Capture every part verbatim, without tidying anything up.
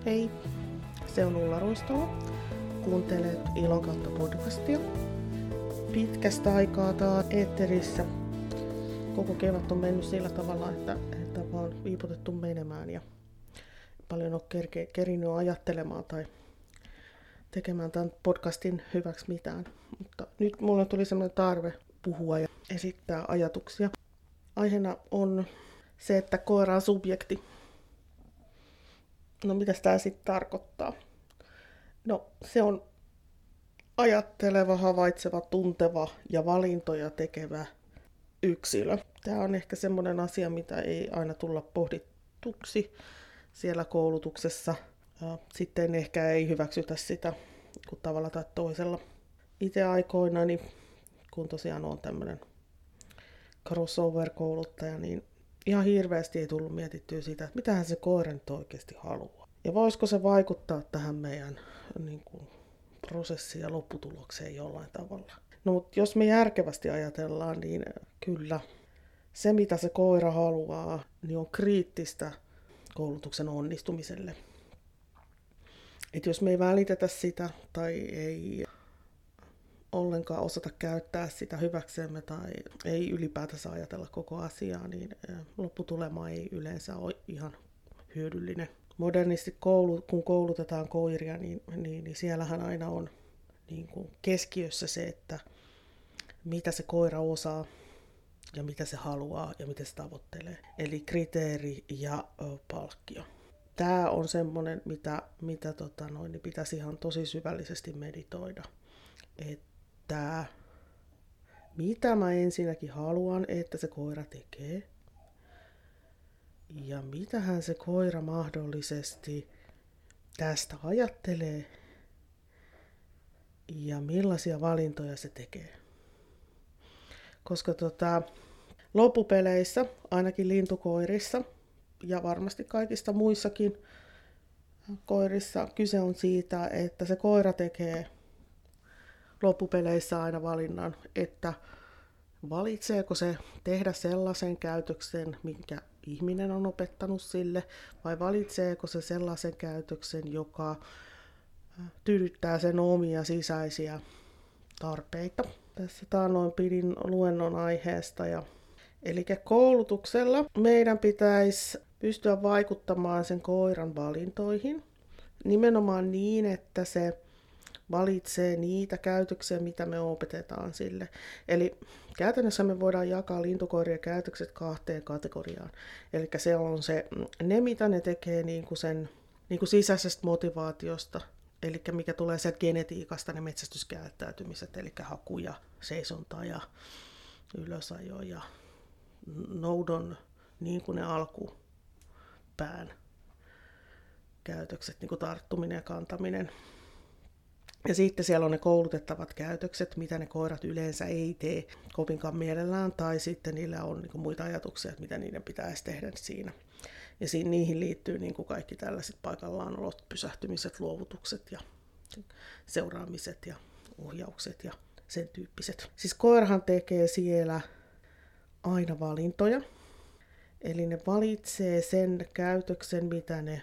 Hei, se on Ulla Ruistola. Kuuntelet Ilon kautta podcastia. Pitkästä aikaa taas eetterissä. Koko kevät on mennyt sillä tavalla, että, että vaan viiputettu menemään ja paljon on kerke, kerinyt ajattelemaan tai tekemään tämän podcastin hyväksi mitään. Mutta nyt mulla tuli sellainen tarve puhua ja esittää ajatuksia. Aiheena on se, että koira on subjekti. No mitä tämä sitten tarkoittaa? No se on ajatteleva, havaitseva, tunteva ja valintoja tekevä yksilö. Tämä on ehkä semmoinen asia, mitä ei aina tulla pohdituksi siellä koulutuksessa. Sitten ehkä ei hyväksytä sitä kun tavalla tai toisella. Itse aikoinani, kun tosiaan olen tämmöinen crossover-kouluttaja, niin ihan hirveästi ei tullut mietittyä siitä, että mitähän se koira nyt oikeasti haluaa. Ja voisiko se vaikuttaa tähän meidän niin kuin, prosessiin ja lopputulokseen jollain tavalla. No mutta jos me järkevästi ajatellaan, niin kyllä se mitä se koira haluaa, niin on kriittistä koulutuksen onnistumiselle. Et jos me ei välitetä sitä tai ei ollenkaan osata käyttää sitä hyväksemme tai ei ylipäätänsä ajatella koko asiaa, niin lopputulema ei yleensä ole ihan hyödyllinen. Modernisti koulu, kun koulutetaan koiria, niin, niin, niin siellähän aina on niin kuin keskiössä se, että mitä se koira osaa ja mitä se haluaa ja mitä se tavoittelee. Eli kriteeri ja ö, palkkio. Tämä on semmoinen, mitä, mitä tota noin, niin pitäisi ihan tosi syvällisesti meditoida. Että mitä mä ensinnäkin haluan, että se koira tekee. Ja mitähän se koira mahdollisesti tästä ajattelee. Ja millaisia valintoja se tekee. Koska tota, loppupeleissä, ainakin lintukoirissa, ja varmasti kaikista muissakin koirissa, kyse on siitä, että se koira tekee loppupeleissä aina valinnan, että valitseeko se tehdä sellaisen käytöksen, minkä ihminen on opettanut sille, vai valitseeko se sellaisen käytöksen, joka tyydyttää sen omia sisäisiä tarpeita. Tässä taannoin pidin luennon aiheesta. Ja, eli koulutuksella meidän pitäisi pystyä vaikuttamaan sen koiran valintoihin. Nimenomaan niin, että se valitsee niitä käytöksiä, mitä me opetetaan sille. Eli käytännössä me voidaan jakaa lintukoirien käytökset kahteen kategoriaan. Eli se on se, ne mitä ne tekee niin kuin sen niin kuin sisäisestä motivaatiosta, eli mikä tulee sieltä genetiikasta, ne metsästyskäyttäytymiset, eli haku ja seisonta ja ylösajo ja noudon niin kuin ne alkupään käytökset, niin kuin tarttuminen ja kantaminen. Ja sitten siellä on ne koulutettavat käytökset, mitä ne koirat yleensä ei tee kovinkaan mielellään, tai sitten niillä on niin kuin muita ajatuksia, että mitä niiden pitäisi tehdä siinä. Ja siinä, niihin liittyy niin kuin kaikki tällaiset paikallaanolot, pysähtymiset, luovutukset ja seuraamiset ja ohjaukset ja sen tyyppiset. Siis koirahan tekee siellä aina valintoja. Eli ne valitsee sen käytöksen, mitä ne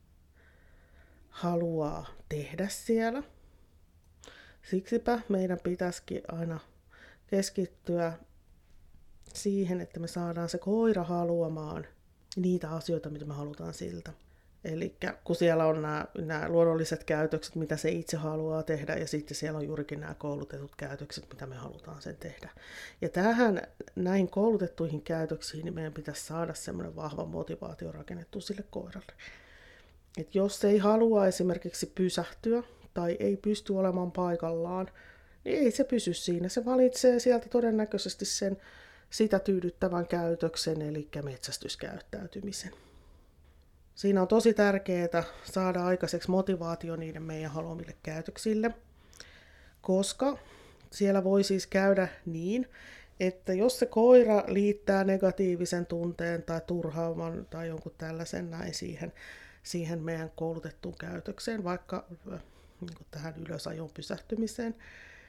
haluaa tehdä siellä. Siksipä meidän pitäisikin aina keskittyä siihen, että me saadaan se koira haluamaan niitä asioita, mitä me halutaan siltä. Eli kun siellä on nämä, nämä luonnolliset käytökset, mitä se itse haluaa tehdä, ja sitten siellä on juurikin nämä koulutetut käytökset, mitä me halutaan sen tehdä. Ja tähän, näihin koulutettuihin käytöksiin, niin meidän pitäisi saada semmoinen vahva motivaatio rakennettu sille koiralle. Et jos se ei halua esimerkiksi pysähtyä, tai ei pysty olemaan paikallaan, niin ei se pysy siinä. Se valitsee sieltä todennäköisesti sen sitä tyydyttävän käytöksen, eli metsästyskäyttäytymisen. Siinä on tosi tärkeää saada aikaiseksi motivaatio niiden meidän haluamille käytöksille, koska siellä voi siis käydä niin, että jos se koira liittää negatiivisen tunteen tai turhaavan tai jonkun tällaisen näin siihen, siihen meidän koulutettuun käytökseen, vaikka niin kuin tähän ylösajon pysähtymiseen,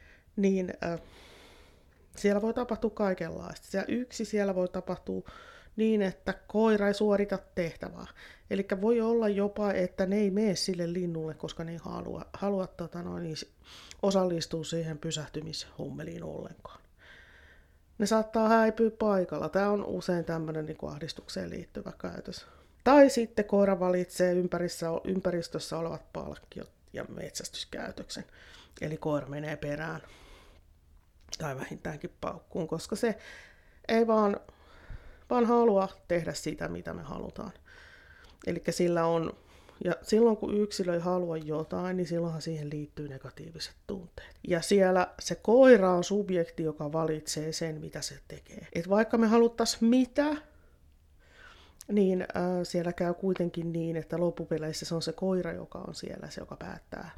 niin äh, siellä voi tapahtua kaikenlaista. Siellä yksi siellä voi tapahtua niin, että koira ei suorita tehtävää. Eli voi olla jopa, että ne ei mene sille linnulle, koska ne ei halua, halua tota noin, niin osallistua siihen pysähtymishommeliin ollenkaan. Ne saattaa häipyä paikalla. Tämä on usein tämmöinen niin kuin ahdistukseen liittyvä käytös. Tai sitten koira valitsee ympäristössä olevat palkkiot ja metsästyskäytöksen. Eli koira menee perään tai vähintäänkin paukkuun, koska se ei vaan, vaan halua tehdä sitä, mitä me halutaan. Eli sillä on, ja silloin kun yksilö ei halua jotain, niin silloinhan siihen liittyy negatiiviset tunteet. Ja siellä se koira on subjekti, joka valitsee sen, mitä se tekee. Et vaikka me haluttaisiin mitä, niin äh, siellä käy kuitenkin niin, että loppupeleissä se on se koira, joka on siellä, se joka päättää,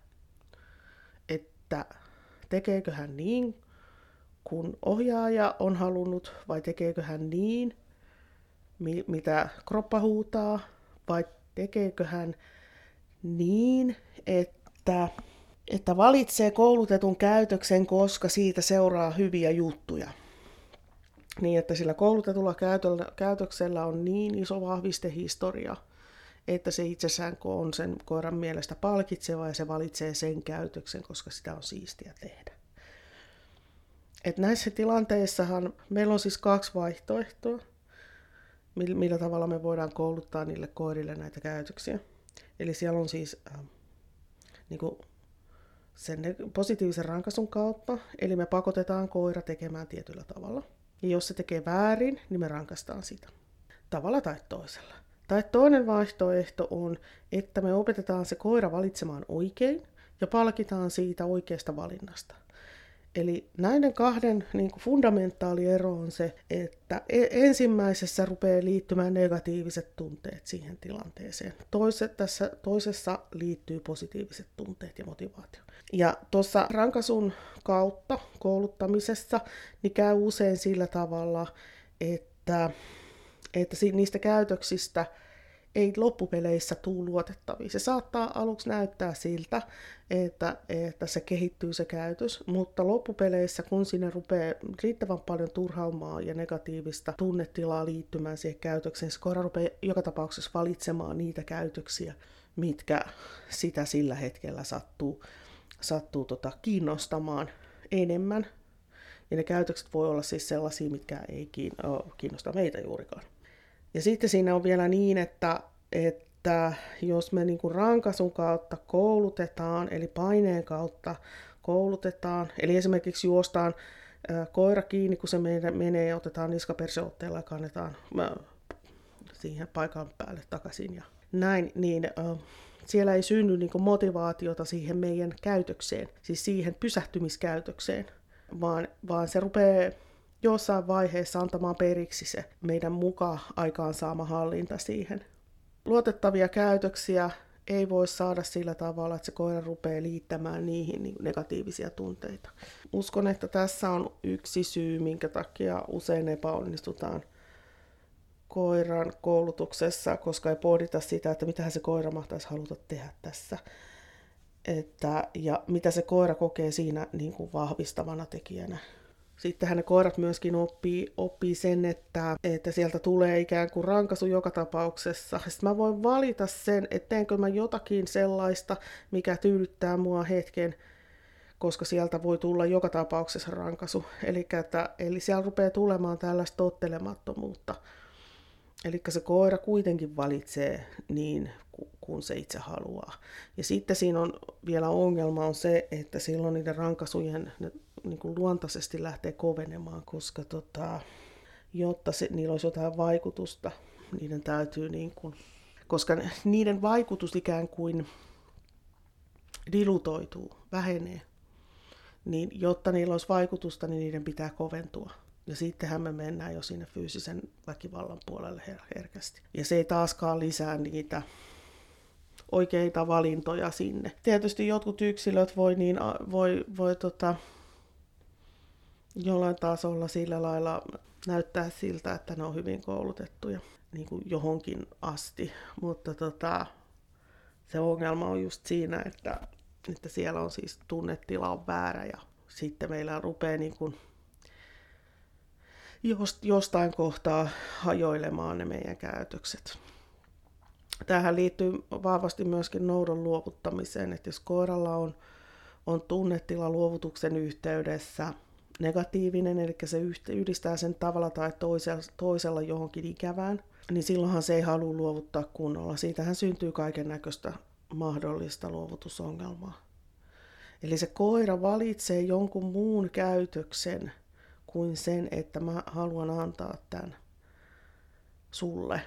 että tekeekö hän niin, kun ohjaaja on halunnut, vai tekeekö hän niin, mi- mitä kroppa huutaa, vai tekeekö hän niin, että, että valitsee koulutetun käytöksen, koska siitä seuraa hyviä juttuja. Niin, että sillä koulutetulla käytöksellä on niin iso vahvistehistoria, että se itsessään on sen koiran mielestä palkitseva ja se valitsee sen käytöksen, koska sitä on siistiä tehdä. Et näissä tilanteissahan meillä on siis kaksi vaihtoehtoa, millä tavalla me voidaan kouluttaa niille koirille näitä käytöksiä. Eli siellä on siis äh, niin kuin sen positiivisen rankaisun kautta, eli me pakotetaan koira tekemään tietyllä tavalla. Ja jos se tekee väärin, niin me rankaistaan sitä. Tavalla tai toisella. Tai toinen vaihtoehto on, että me opetetaan se koira valitsemaan oikein ja palkitaan siitä oikeasta valinnasta. Eli näiden kahden niin kuin fundamentaali ero on se, että ensimmäisessä rupeaa liittymään negatiiviset tunteet siihen tilanteeseen. Toise, tässä toisessa liittyy positiiviset tunteet ja motivaatio. Ja tuossa rankaisun kautta kouluttamisessa niin käy usein sillä tavalla, että, että niistä käytöksistä ei loppupeleissä tule luotettavia. Se saattaa aluksi näyttää siltä, että, että se kehittyy se käytös, mutta loppupeleissä, kun sinne rupeaa riittävän paljon turhaumaa ja negatiivista tunnetilaa liittymään siihen käytökseen, se koira rupeaa joka tapauksessa valitsemaan niitä käytöksiä, mitkä sitä sillä hetkellä sattuu, sattuu tota, kiinnostamaan enemmän. Ja ne käytökset voi olla siis sellaisia, mitkä ei kiinnosta meitä juurikaan. Ja sitten siinä on vielä niin, että, että jos me niin kuin rankaisun kautta koulutetaan, eli paineen kautta koulutetaan, eli esimerkiksi juostaan ä, koira kiinni, kun se menee ja otetaan niskaperseotteella ja kannetaan ä, siihen paikan päälle takaisin ja näin, niin ä, siellä ei synny niin kuin motivaatiota siihen meidän käytökseen, siis siihen pysähtymiskäytökseen, vaan, vaan se rupeaa jossain vaiheessa antamaan periksi se meidän mukaan aikaansaama hallinta siihen. Luotettavia käytöksiä ei voi saada sillä tavalla, että se koira rupeaa liittämään niihin negatiivisia tunteita. Uskon, että tässä on yksi syy, minkä takia usein epäonnistutaan koiran koulutuksessa, koska ei pohdita sitä, että mitähän se koira mahtaisi haluta tehdä tässä. Että, ja mitä se koira kokee siinä niin kuin vahvistavana tekijänä. Sittenhän ne koirat myöskin oppii, oppii sen, että, että sieltä tulee ikään kuin rankaisu joka tapauksessa. Sitten mä voin valita sen, että teenkö mä jotakin sellaista, mikä tyydyttää mua hetken, koska sieltä voi tulla joka tapauksessa rankaisu. Eli, että, eli siellä rupeaa tulemaan tällaista tottelemattomuutta. Eli se koira kuitenkin valitsee niin, kun se itse haluaa. Ja sitten siinä on vielä ongelma on se, että silloin niiden rankaisujen ne, niin kuin luontaisesti lähtee kovenemaan, koska tota, jotta se, niillä olisi jotain vaikutusta, niiden täytyy, niin kuin, koska niiden vaikutus ikään kuin dilutoituu, vähenee, niin jotta niillä olisi vaikutusta, niin niiden pitää koventua. Ja sittenhän me mennään jo sinne fyysisen väkivallan puolelle herkästi. Ja se ei taaskaan lisää niitä oikeita valintoja sinne. Tietysti jotkut yksilöt voi, niin, voi, voi tota, jollain tasolla sillä lailla näyttää siltä, että ne on hyvin koulutettuja niin kuin johonkin asti. Mutta tota, se ongelma on just siinä, että, että siellä on siis tunnetila on väärä ja sitten meillä rupeaa niin kuin jostain kohtaa hajoilemaan ne meidän käytökset. Tähän liittyy vahvasti myöskin noudon luovuttamiseen, että jos koiralla on, on tunnetila luovutuksen yhteydessä negatiivinen, eli se yhdistää sen tavalla tai toisella, toisella johonkin ikävään, niin silloinhan se ei halua luovuttaa kunnolla. Siitähän syntyy kaiken näköistä mahdollista luovutusongelmaa. Eli se koira valitsee jonkun muun käytöksen kuin sen, että mä haluan antaa tämän sulle.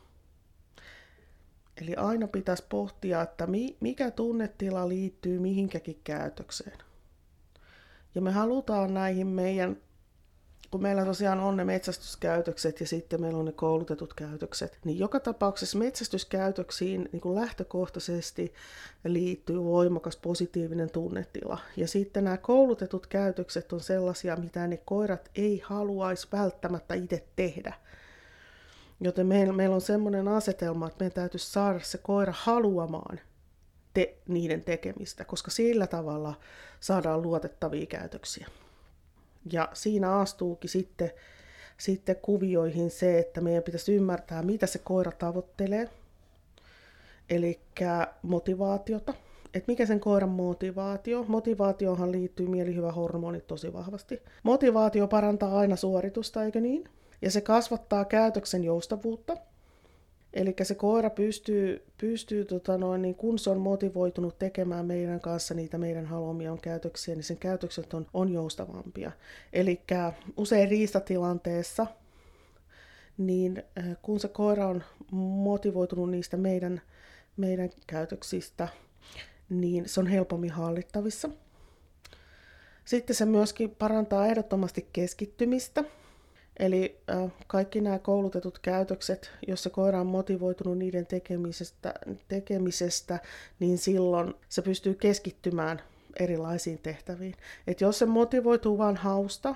Eli aina pitäisi pohtia, että mikä tunnetila liittyy mihinkäkin käytökseen. Ja me halutaan näihin meidän, kun meillä tosiaan on ne metsästyskäytökset ja sitten meillä on ne koulutetut käytökset, niin joka tapauksessa metsästyskäytöksiin niin kuin lähtökohtaisesti liittyy voimakas positiivinen tunnetila. Ja sitten nämä koulutetut käytökset on sellaisia, mitä ne koirat ei haluaisi välttämättä itse tehdä. Joten meillä, meillä on semmoinen asetelma, että meidän täytyisi saada se koira haluamaan te, niiden tekemistä, koska sillä tavalla saadaan luotettavia käytöksiä. Ja siinä astuukin sitten, sitten kuvioihin se, että meidän pitäisi ymmärtää, mitä se koira tavoittelee, eli motivaatiota. Että mikä sen koiran motivaatio? Motivaatioonhan liittyy mielihyvähormonit tosi vahvasti. Motivaatio parantaa aina suoritusta, eikö niin? Ja se kasvattaa käytöksen joustavuutta. Eli se koira pystyy, pystyy tota noin, niin kun se on motivoitunut tekemään meidän kanssa niitä meidän haluamia käytöksiä, niin sen käytökset on, on joustavampia. Eli usein riistatilanteessa, niin kun se koira on motivoitunut niistä meidän, meidän käytöksistä, niin se on helpommin hallittavissa. Sitten se myöskin parantaa ehdottomasti keskittymistä. Eli äh, kaikki nämä koulutetut käytökset, jos se koira on motivoitunut niiden tekemisestä, tekemisestä, niin silloin se pystyy keskittymään erilaisiin tehtäviin. Et jos se motivoituu vain hausta,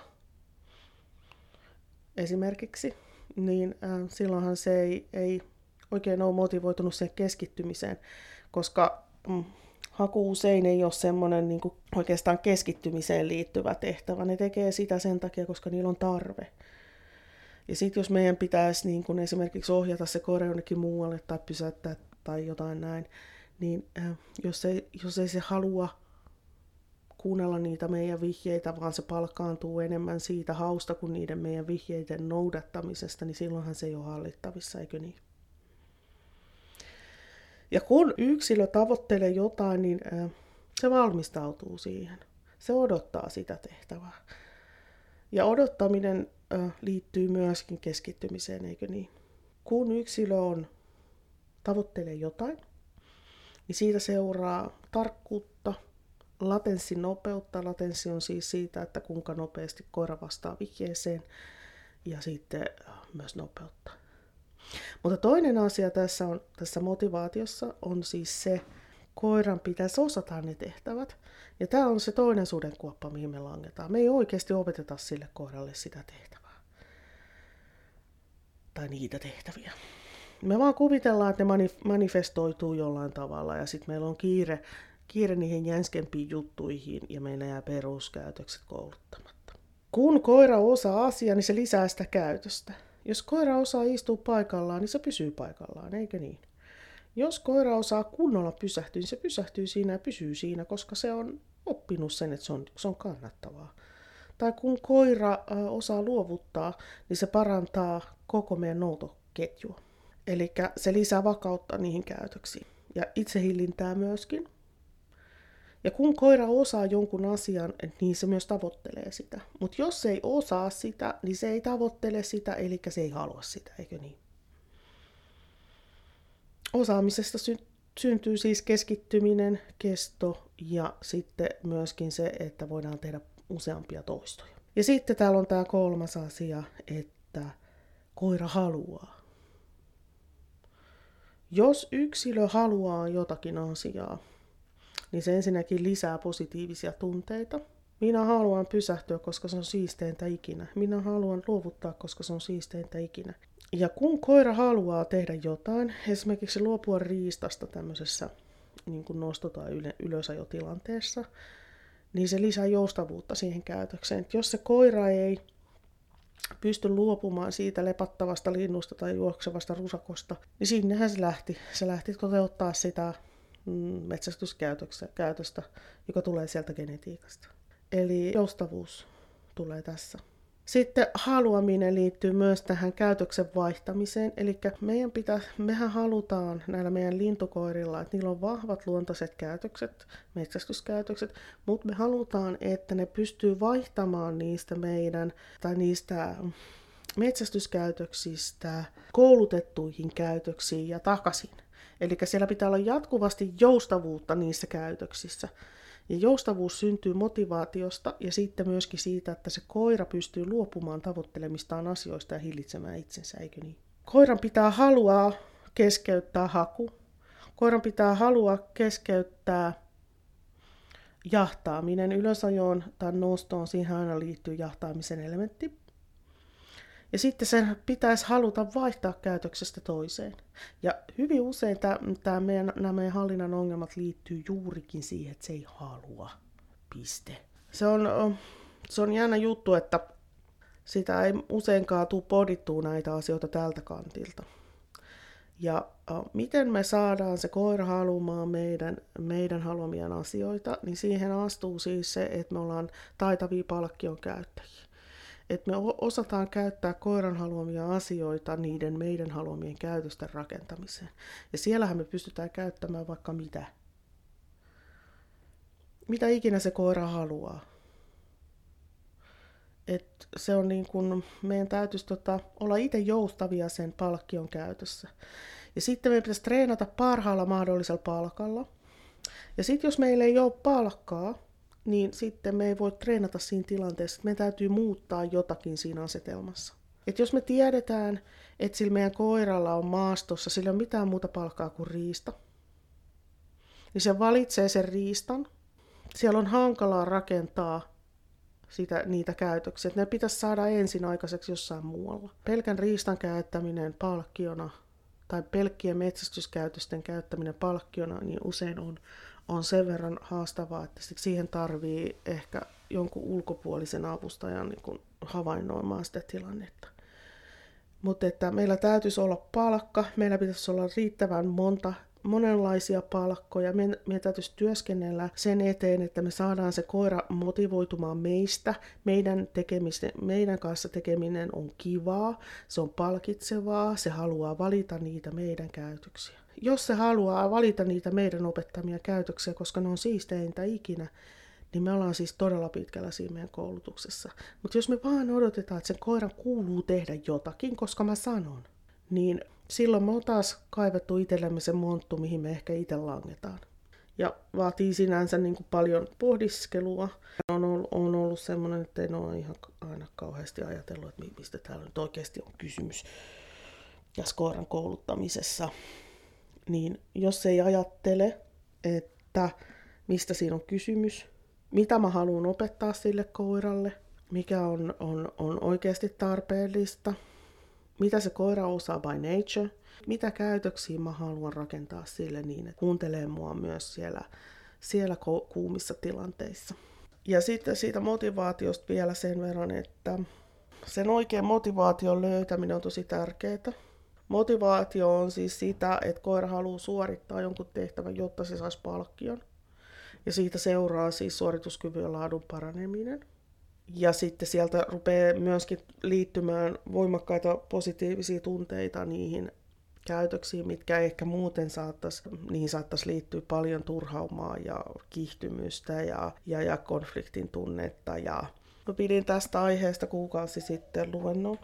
esimerkiksi, niin äh, silloinhan se ei, ei oikein ole motivoitunut sen keskittymiseen, koska mm, haku usein ei ole semmoinen niin kuin oikeastaan keskittymiseen liittyvä tehtävä. Ne tekee sitä sen takia, koska niillä on tarve. Ja sitten jos meidän pitäisi niin kun esimerkiksi ohjata se koira jonnekin muualle tai pysäyttää tai jotain näin, niin äh, jos, ei, jos ei se halua kuunnella niitä meidän vihjeitä, vaan se palkkaantuu enemmän siitä hausta kuin niiden meidän vihjeiden noudattamisesta, niin silloinhan se ei ole hallittavissa, eikö niin? Ja kun yksilö tavoittelee jotain, niin äh, se valmistautuu siihen. Se odottaa sitä tehtävää. Ja odottaminen äh, liittyy myöskin keskittymiseen, eikö niin? Kun yksilö on, tavoittelee jotain, niin siitä seuraa tarkkuutta, latenssinopeutta. Latenssi on siis siitä, että kuinka nopeasti koira vastaa vihjeeseen, ja sitten äh, myös nopeutta. Mutta toinen asia tässä, on, tässä motivaatiossa on siis se, koiran pitäisi osata ne tehtävät. Ja tämä on se toinen sudenkuoppa, mihin me langetaan. Me ei oikeasti opeteta sille koiralle sitä tehtävää. Tai niitä tehtäviä. Me vaan kuvitellaan, että ne manifestoituu jollain tavalla ja sitten meillä on kiire, kiire niihin jänskempiin juttuihin ja meillä jää peruskäytökset kouluttamatta. Kun koira osaa asiaa, niin se lisää sitä käytöstä. Jos koira osaa istua paikallaan, niin se pysyy paikallaan, eikö niin? Jos koira osaa kunnolla pysähtyä, niin se pysähtyy siinä ja pysyy siinä, koska se on oppinut sen, että se on, se on kannattavaa. Tai kun koira osaa luovuttaa, niin se parantaa koko meidän noutoketjua. Eli se lisää vakautta niihin käytöksiin. Ja itsehillintää myöskin. Ja kun koira osaa jonkun asian, niin se myös tavoittelee sitä. Mutta jos se ei osaa sitä, niin se ei tavoittele sitä, eli se ei halua sitä, eikö niin? Osaamisesta sy- syntyy siis keskittyminen, kesto ja sitten myöskin se, että voidaan tehdä useampia toistoja. Ja sitten täällä on tämä kolmas asia, että koira haluaa. Jos yksilö haluaa jotakin asiaa, niin se ensinnäkin lisää positiivisia tunteita. Minä haluan pysähtyä, koska se on siisteintä ikinä. Minä haluan luovuttaa, koska se on siisteintä ikinä. Ja kun koira haluaa tehdä jotain, esimerkiksi luopua riistasta tämmöisessä niin kuin nosto- tai ylösajotilanteessa, niin se lisää joustavuutta siihen käytökseen. Et jos se koira ei pysty luopumaan siitä lepattavasta linnusta tai juoksevasta rusakosta, niin sinnehän se lähti. Se lähti toteuttaa sitä mm, metsästyskäytöstä, joka tulee sieltä genetiikasta. Eli joustavuus tulee tässä. Sitten haluaminen liittyy myös tähän käytöksen vaihtamiseen, eli meidän pitää, mehän halutaan näillä meidän lintukoirilla, että niillä on vahvat luontaiset käytökset, metsästyskäytökset, mutta me halutaan, että ne pystyy vaihtamaan niistä meidän, tai niistä metsästyskäytöksistä koulutettuihin käytöksiin ja takaisin. Eli siellä pitää olla jatkuvasti joustavuutta niissä käytöksissä. Ja joustavuus syntyy motivaatiosta ja sitten myöskin siitä, että se koira pystyy luopumaan tavoittelemistaan asioista ja hillitsemään itsensä, eikö niin? Koiran pitää halua keskeyttää haku. Koiran pitää halua keskeyttää jahtaaminen. Ylösajoon tai nostoon siihen aina liittyy jahtaamisen elementti. Ja sitten sen pitäisi haluta vaihtaa käytöksestä toiseen. Ja hyvin usein tämä meidän, nämä meidän hallinnan ongelmat liittyy juurikin siihen, että se ei halua. Piste. Se on, se on jännä juttu, että sitä ei useinkaan tule pohdittua näitä asioita tältä kantilta. Ja uh, miten me saadaan se koira haluamaan meidän, meidän haluamien asioita, niin siihen astuu siis se, että me ollaan taitavia palkkion käyttäjiä. Että me osataan käyttää koiran haluamia asioita niiden meidän haluamien käytösten rakentamiseen. Ja siellähän me pystytään käyttämään vaikka mitä. Mitä ikinä se koira haluaa. Et se on niin kuin, meidän täytyisi tota, olla itse joustavia sen palkkion käytössä. Ja sitten meidän pitäisi treenata parhaalla mahdollisella palkalla. Ja sitten jos meillä ei ole palkkaa, niin sitten me ei voi treenata siinä tilanteessa, että meidän täytyy muuttaa jotakin siinä asetelmassa. Et jos me tiedetään, että sillä meidän koiralla on maastossa, sillä ei ole mitään muuta palkkaa kuin riista, niin se valitsee sen riistan. Siellä on hankalaa rakentaa sitä, niitä käytöksiä. Ne pitäisi saada ensin aikaiseksi jossain muualla. Pelkän riistan käyttäminen palkkiona tai pelkkien metsästyskäytösten käyttäminen palkkiona, niin usein on on sen verran haastavaa, että siihen tarvii ehkä jonkun ulkopuolisen avustajan niin kuin havainnoimaan sitä tilannetta. Mutta että meillä täytyisi olla palkka, meillä pitäisi olla riittävän monta, monenlaisia palkkoja. Meidän, meidän täytyisi työskennellä sen eteen, että me saadaan se koira motivoitumaan meistä. Meidän, meidän kanssa tekeminen on kivaa, se on palkitsevaa, se haluaa valita niitä meidän käytöksiä. Jos se haluaa valita niitä meidän opettamia käytöksiä, koska ne on siisteintä ikinä, niin me ollaan siis todella pitkällä siinä meidän koulutuksessa. Mutta jos me vaan odotetaan, että sen koiran kuuluu tehdä jotakin, koska mä sanon, niin silloin me on taas kaivettu itsellemme se monttu, mihin me ehkä itse langetaan. Ja vaatii sinänsä niin kuin paljon pohdiskelua. On ollut, on ollut semmoinen, että en ole ihan aina kauheasti ajatellut, että mistä täällä nyt oikeasti on kysymys tässä koiran kouluttamisessa. Niin jos ei ajattele, että mistä siinä on kysymys, mitä mä haluan opettaa sille koiralle, mikä on, on, on oikeasti tarpeellista, mitä se koira osaa by nature, mitä käytöksiä mä haluan rakentaa sille niin, että kuuntelee mua myös siellä, siellä kuumissa tilanteissa. Ja sitten siitä motivaatiosta vielä sen verran, että sen oikean motivaation löytäminen on tosi tärkeää. Motivaatio on siis sitä, että koira haluaa suorittaa jonkun tehtävän, jotta se saisi palkkion. Ja siitä seuraa siis suorituskyvyn ja laadun paraneminen. Ja sitten sieltä rupeaa myöskin liittymään voimakkaita positiivisia tunteita niihin käytöksiin, mitkä ehkä muuten saattaisi, niihin saattaisi liittyä paljon turhaumaa ja kiihtymystä ja, ja, ja konfliktin tunnetta. Ja mä pidin tästä aiheesta kuukausi sitten luennon.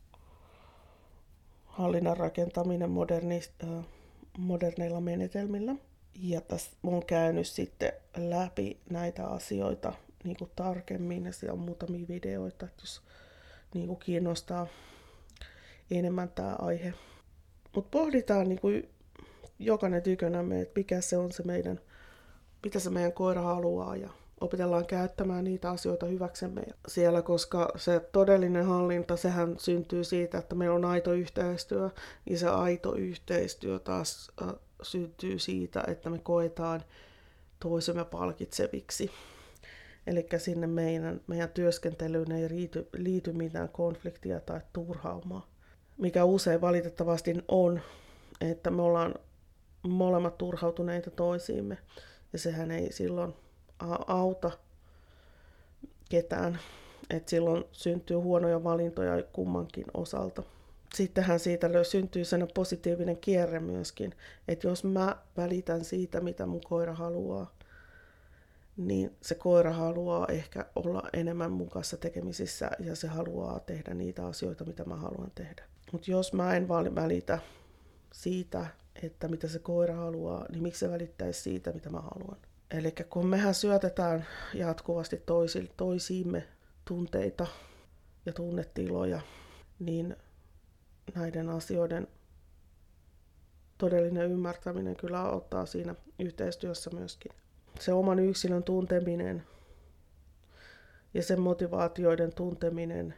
Hallinnan rakentaminen moderni, äh, moderneilla menetelmillä. Ja tässä olen käynyt sitten läpi näitä asioita niin kuin tarkemmin, ja siellä on muutamia videoita, että jos niin kuin kiinnostaa enemmän tämä aihe. Mutta pohditaan niin kuin jokainen tykönämme, että mikä se on se meidän, mitä se meidän koira haluaa, ja opetellaan käyttämään niitä asioita hyväksemme siellä, koska se todellinen hallinta, sehän syntyy siitä, että meillä on aito yhteistyö, ja se aito yhteistyö taas äh, syntyy siitä, että me koetaan toisemme palkitseviksi. Eli sinne meidän, meidän työskentelyyn ei liity, liity mitään konfliktia tai turhaumaa. Mikä usein valitettavasti on, että me ollaan molemmat turhautuneita toisiimme. Ja sehän ei silloin auta ketään. Että silloin syntyy huonoja valintoja kummankin osalta. Sittenhän siitä syntyy sellainen positiivinen kierre myöskin, että jos mä välitän siitä, mitä mun koira haluaa, niin se koira haluaa ehkä olla enemmän mun kanssa tekemisissä ja se haluaa tehdä niitä asioita, mitä mä haluan tehdä. Mutta jos mä en välitä siitä, että mitä se koira haluaa, niin miksi se välittäisi siitä, mitä mä haluan? Eli kun mehän syötetään jatkuvasti toisi, toisiimme tunteita ja tunnetiloja, niin näiden asioiden todellinen ymmärtäminen kyllä auttaa siinä yhteistyössä myöskin. Se oman yksilön tunteminen ja sen motivaatioiden tunteminen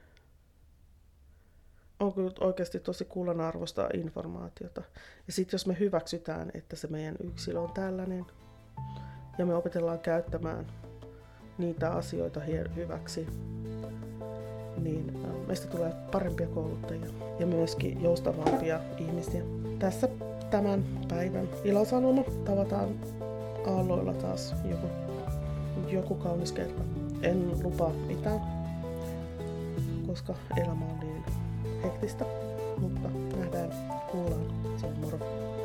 on kyllä oikeasti tosi kullanarvoista informaatiota. Ja sitten jos me hyväksytään, että se meidän yksilö on tällainen ja me opetellaan käyttämään niitä asioita hyväksi, niin meistä tulee parempia kouluttajia ja myöskin joustavampia ihmisiä. Tässä tämän päivän ilosanoma. Tavataan aalloilla taas joku, joku kaunis kerta. En lupaa mitään, koska elämä on niin hektistä, mutta nähdään, kuullaan. Se on moro.